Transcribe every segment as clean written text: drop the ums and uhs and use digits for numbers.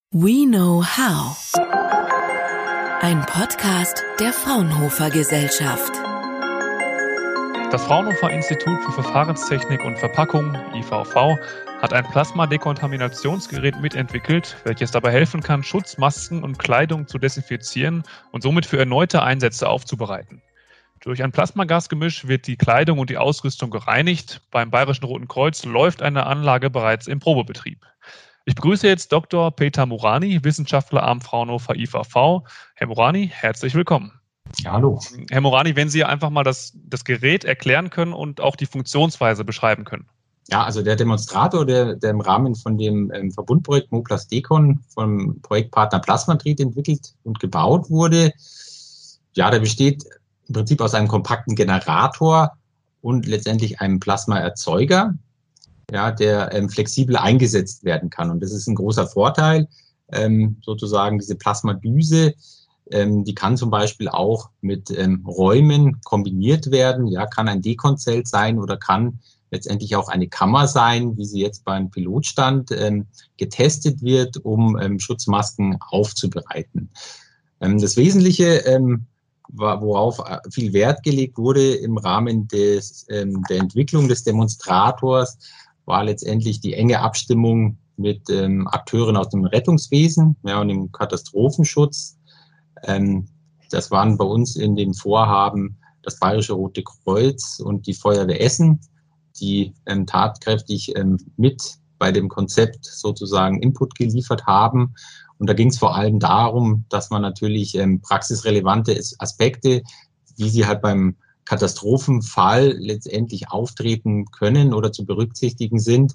We Know How. Ein Podcast der Fraunhofer Gesellschaft. Das Fraunhofer Institut für Verfahrenstechnik und Verpackung, IVV, hat ein Plasmadekontaminationsgerät mitentwickelt, welches dabei helfen kann, Schutzmasken und Kleidung zu desinfizieren und somit für erneute Einsätze aufzubereiten. Durch ein Plasmagasgemisch wird die Kleidung und die Ausrüstung gereinigt. Beim Bayerischen Roten Kreuz läuft eine Anlage bereits im Probebetrieb. Ich begrüße jetzt Dr. Peter Mourani, Wissenschaftler am Fraunhofer IVV. Herr Mourani, herzlich willkommen. Ja, hallo. Herr Mourani, wenn Sie einfach mal das Gerät erklären können und auch die Funktionsweise beschreiben können. Ja, also der Demonstrator, der im Rahmen von dem Verbundprojekt MoPlasDecon vom Projektpartner Plasmatrit entwickelt und gebaut wurde, ja, der besteht im Prinzip aus einem kompakten Generator und letztendlich einem Plasmaerzeuger, ja, der flexibel eingesetzt werden kann. Und das ist ein großer Vorteil, sozusagen diese Plasmadüse, die kann zum Beispiel auch mit Räumen kombiniert werden, ja, kann ein Dekonzelt sein oder kann letztendlich auch eine Kammer sein, wie sie jetzt beim Pilotstand getestet wird, um Schutzmasken aufzubereiten. Das Wesentliche, worauf viel Wert gelegt wurde im Rahmen der Entwicklung des Demonstrators, war letztendlich die enge Abstimmung mit Akteuren aus dem Rettungswesen, ja, und dem Katastrophenschutz. Das waren bei uns in dem Vorhaben das Bayerische Rote Kreuz und die Feuerwehr Essen, die tatkräftig mit bei dem Konzept sozusagen Input geliefert haben. Und da ging es vor allem darum, dass man natürlich praxisrelevante Aspekte, wie sie halt beim Katastrophenfall letztendlich auftreten können oder zu berücksichtigen sind,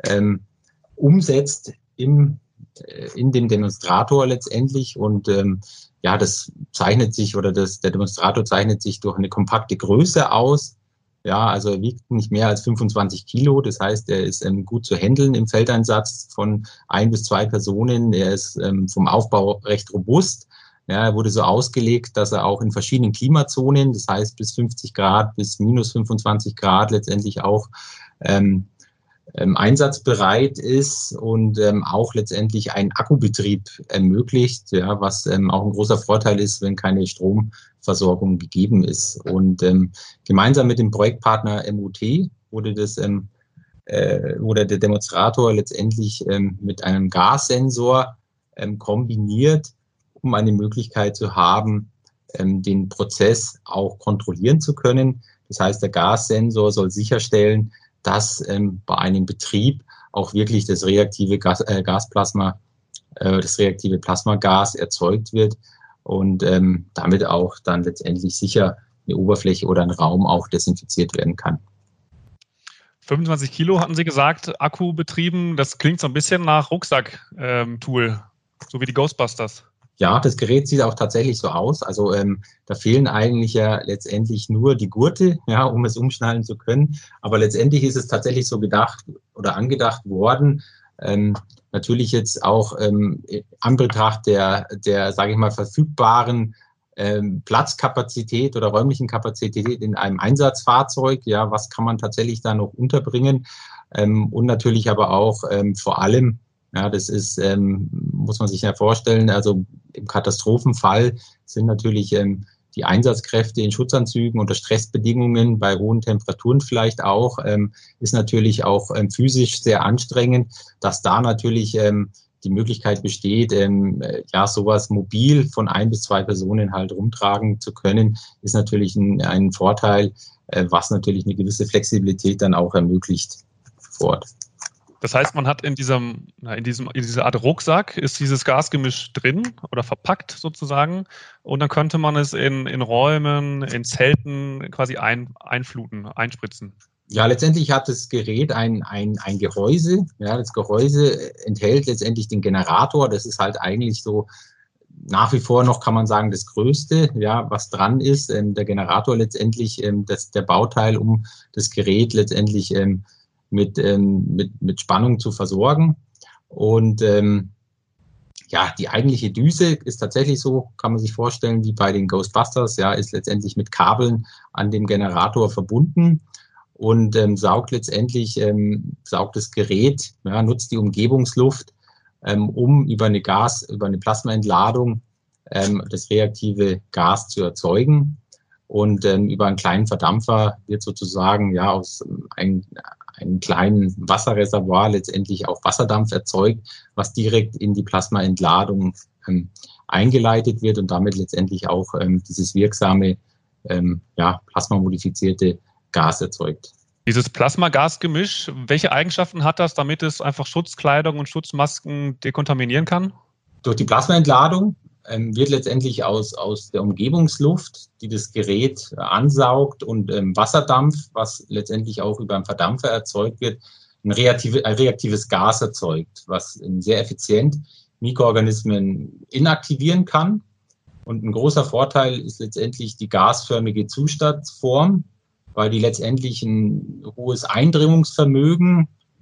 umsetzt in dem Demonstrator letztendlich. Und ja, das zeichnet sich oder der Demonstrator zeichnet sich durch eine kompakte Größe aus. Ja, also er wiegt nicht mehr als 25 Kilo. Das heißt, er ist gut zu handeln im Feldeinsatz von 1 bis 2 Personen. Er ist vom Aufbau recht robust. Ja, er wurde so ausgelegt, dass er auch in verschiedenen Klimazonen, das heißt bis 50 Grad, bis minus 25 Grad letztendlich auch einsatzbereit ist und auch letztendlich einen Akkubetrieb ermöglicht, ja, was auch ein großer Vorteil ist, wenn keine Stromversorgung gegeben ist. Und gemeinsam mit dem Projektpartner MUT wurde der Demonstrator letztendlich mit einem Gassensor kombiniert, um eine Möglichkeit zu haben, den Prozess auch kontrollieren zu können. Das heißt, der Gassensor soll sicherstellen, dass bei einem Betrieb auch wirklich das reaktive Plasmagas erzeugt wird und damit auch dann letztendlich sicher eine Oberfläche oder ein Raum auch desinfiziert werden kann. 25 Kilo hatten Sie gesagt, Akku betrieben. Das klingt so ein bisschen nach Rucksack-Tool, so wie die Ghostbusters. Ja, das Gerät sieht auch tatsächlich so aus. Also da fehlen eigentlich ja letztendlich nur die Gurte, ja, um es umschnallen zu können. Aber letztendlich ist es tatsächlich so gedacht oder angedacht worden. Natürlich jetzt auch an Betracht der sage ich mal, verfügbaren Platzkapazität oder räumlichen Kapazität in einem Einsatzfahrzeug. Ja, was kann man tatsächlich da noch unterbringen? Und natürlich aber auch vor allem, ja, das ist, muss man sich ja vorstellen, also im Katastrophenfall sind natürlich die Einsatzkräfte in Schutzanzügen unter Stressbedingungen, bei hohen Temperaturen vielleicht auch, ist natürlich auch physisch sehr anstrengend, dass da natürlich die Möglichkeit besteht, ja, sowas mobil von 1 bis 2 Personen halt rumtragen zu können, ist natürlich ein Vorteil, was natürlich eine gewisse Flexibilität dann auch ermöglicht vor Ort. Das heißt, man hat in dieser Art Rucksack ist dieses Gasgemisch drin oder verpackt sozusagen und dann könnte man es in Räumen, in Zelten quasi einspritzen. Ja, letztendlich hat das Gerät ein Gehäuse. Ja, das Gehäuse enthält letztendlich den Generator. Das ist halt eigentlich so nach wie vor noch, kann man sagen, das Größte, ja, was dran ist. Der Generator letztendlich, der Bauteil, um das Gerät letztendlich mit Spannung zu versorgen. Und ja, die eigentliche Düse ist tatsächlich so, kann man sich vorstellen, wie bei den Ghostbusters, ja, ist letztendlich mit Kabeln an dem Generator verbunden und saugt das Gerät, ja, nutzt die Umgebungsluft um über eine Plasmaentladung das reaktive Gas zu erzeugen. Und über einen kleinen Verdampfer wird sozusagen ja aus einem kleinen Wasserreservoir letztendlich auch Wasserdampf erzeugt, was direkt in die Plasmaentladung eingeleitet wird und damit letztendlich auch dieses wirksame, plasmamodifizierte Gas erzeugt. Dieses Plasma-Gas-Gemisch, welche Eigenschaften hat das, damit es einfach Schutzkleidung und Schutzmasken dekontaminieren kann? Durch die Plasmaentladung wird letztendlich aus der Umgebungsluft, die das Gerät ansaugt, und Wasserdampf, was letztendlich auch über einen Verdampfer erzeugt wird, ein reaktives Gas erzeugt, was sehr effizient Mikroorganismen inaktivieren kann. Und ein großer Vorteil ist letztendlich die gasförmige Zustandsform, weil die letztendlich ein hohes Eindringungsvermögen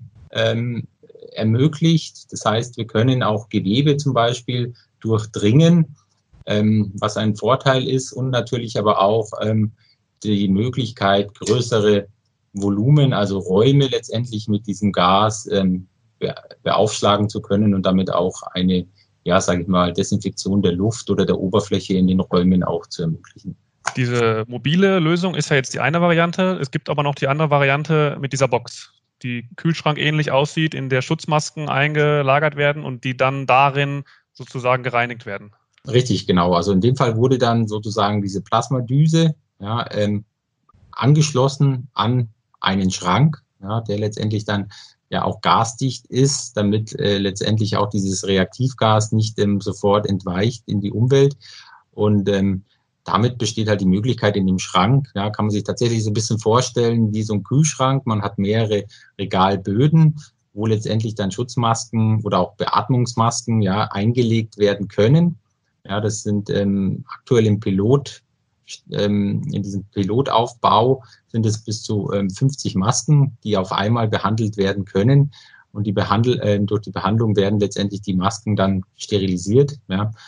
ermöglicht. Das heißt, wir können auch Gewebe zum Beispiel durchdringen, was ein Vorteil ist, und natürlich aber auch die Möglichkeit, größere Volumen, also Räume letztendlich mit diesem Gas beaufschlagen zu können und damit auch eine, Desinfektion der Luft oder der Oberfläche in den Räumen auch zu ermöglichen. Diese mobile Lösung ist ja jetzt die eine Variante. Es gibt aber noch die andere Variante mit dieser Box, die kühlschrankähnlich aussieht, in der Schutzmasken eingelagert werden und die dann darin sozusagen gereinigt werden. Richtig, genau. Also in dem Fall wurde dann sozusagen diese Plasmadüse angeschlossen an einen Schrank, der letztendlich dann ja auch gasdicht ist, damit letztendlich auch dieses Reaktivgas nicht sofort entweicht in die Umwelt. Und damit besteht halt die Möglichkeit in dem Schrank, kann man sich tatsächlich so ein bisschen vorstellen wie so ein Kühlschrank. Man hat mehrere Regalböden, wo letztendlich dann Schutzmasken oder auch Beatmungsmasken eingelegt werden können. Ja, das sind aktuell in diesem Pilotaufbau sind es bis zu 50 Masken, die auf einmal behandelt werden können. Und durch die Behandlung werden letztendlich die Masken dann sterilisiert.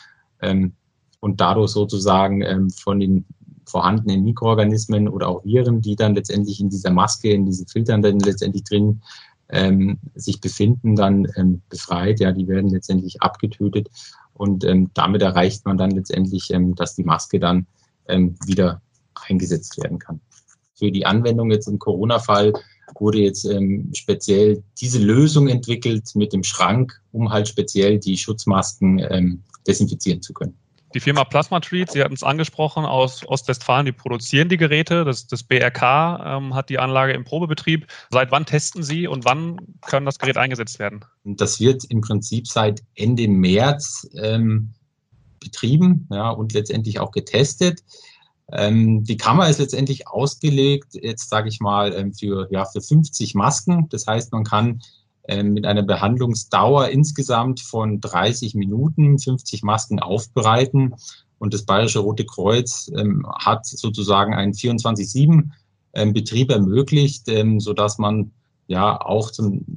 Und dadurch sozusagen von den vorhandenen Mikroorganismen oder auch Viren, die dann letztendlich in dieser Maske, in diesen Filtern dann letztendlich drin sich befinden, dann befreit. Ja, die werden letztendlich abgetötet und damit erreicht man dann letztendlich, dass die Maske dann wieder eingesetzt werden kann. Für die Anwendung jetzt im Corona-Fall wurde jetzt speziell diese Lösung entwickelt mit dem Schrank, um halt speziell die Schutzmasken desinfizieren zu können. Die Firma Plasmatreat, Sie hatten es angesprochen, aus Ostwestfalen, die produzieren die Geräte. Das BRK hat die Anlage im Probebetrieb. Seit wann testen Sie und wann kann das Gerät eingesetzt werden? Das wird im Prinzip seit Ende März betrieben und letztendlich auch getestet. Die Kammer ist letztendlich ausgelegt, jetzt sage ich mal, für 50 Masken. Das heißt, man kann mit einer Behandlungsdauer insgesamt von 30 Minuten 50 Masken aufbereiten. Und das Bayerische Rote Kreuz hat sozusagen einen 24/7 Betrieb ermöglicht, sodass man auch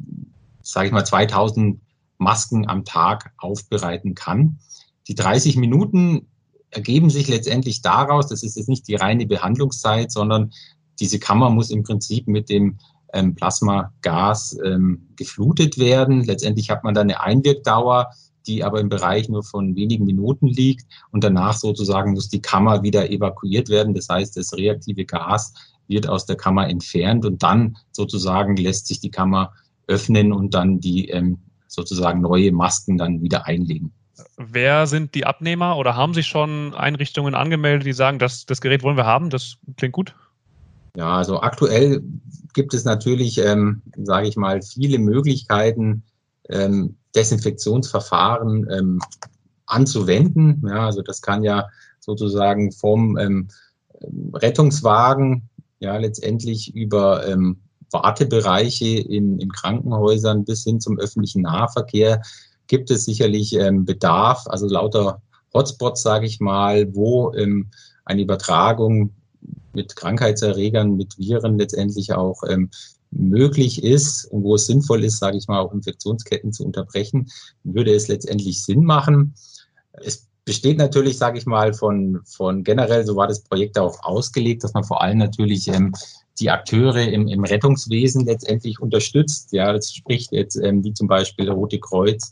2000 Masken am Tag aufbereiten kann. Die 30 Minuten ergeben sich letztendlich daraus, das ist jetzt nicht die reine Behandlungszeit, sondern diese Kammer muss im Prinzip mit dem Plasmagas geflutet werden. Letztendlich hat man dann eine Einwirkdauer, die aber im Bereich nur von wenigen Minuten liegt. Und danach sozusagen muss die Kammer wieder evakuiert werden. Das heißt, das reaktive Gas wird aus der Kammer entfernt und dann sozusagen lässt sich die Kammer öffnen und dann die sozusagen neue Masken dann wieder einlegen. Wer sind die Abnehmer oder haben sich schon Einrichtungen angemeldet, die sagen, das Gerät wollen wir haben? Das klingt gut. Ja, also aktuell gibt es natürlich, sage ich mal, viele Möglichkeiten, Desinfektionsverfahren anzuwenden. Ja, also das kann ja sozusagen vom Rettungswagen letztendlich über Wartebereiche in Krankenhäusern bis hin zum öffentlichen Nahverkehr gibt es sicherlich Bedarf, also lauter Hotspots, sage ich mal, wo eine Übertragung mit Krankheitserregern, mit Viren letztendlich auch möglich ist und wo es sinnvoll ist, sage ich mal, auch Infektionsketten zu unterbrechen, würde es letztendlich Sinn machen. Es besteht natürlich, sage ich mal, von generell, so war das Projekt auch ausgelegt, dass man vor allem natürlich die Akteure im Rettungswesen letztendlich unterstützt. Ja, das spricht jetzt wie zum Beispiel Rote Kreuz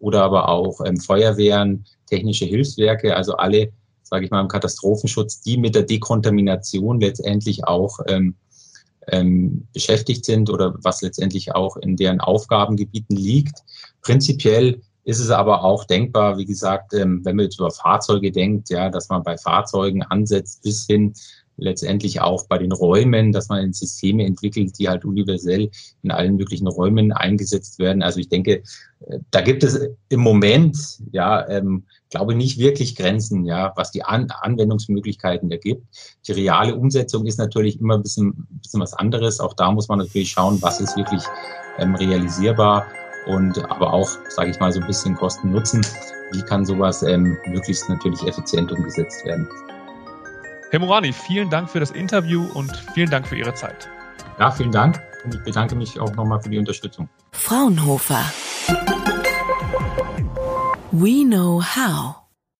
oder aber auch Feuerwehren, technische Hilfswerke, also alle, sage ich mal, im Katastrophenschutz, die mit der Dekontamination letztendlich auch beschäftigt sind oder was letztendlich auch in deren Aufgabengebieten liegt. Prinzipiell ist es aber auch denkbar, wie gesagt, wenn man jetzt über Fahrzeuge denkt, ja, dass man bei Fahrzeugen ansetzt bis hin letztendlich auch bei den Räumen, dass man Systeme entwickelt, die halt universell in allen möglichen Räumen eingesetzt werden. Also ich denke, da gibt es im Moment, glaube ich, nicht wirklich Grenzen, ja, was die Anwendungsmöglichkeiten ergibt. Die reale Umsetzung ist natürlich immer ein bisschen was anderes. Auch da muss man natürlich schauen, was ist wirklich realisierbar und aber auch, sage ich mal, so ein bisschen Kosten-Nutzen. Wie kann sowas möglichst natürlich effizient umgesetzt werden? Herr Morani, vielen Dank für das Interview und vielen Dank für Ihre Zeit. Ja, vielen Dank und ich bedanke mich auch nochmal für die Unterstützung. Fraunhofer. We know how.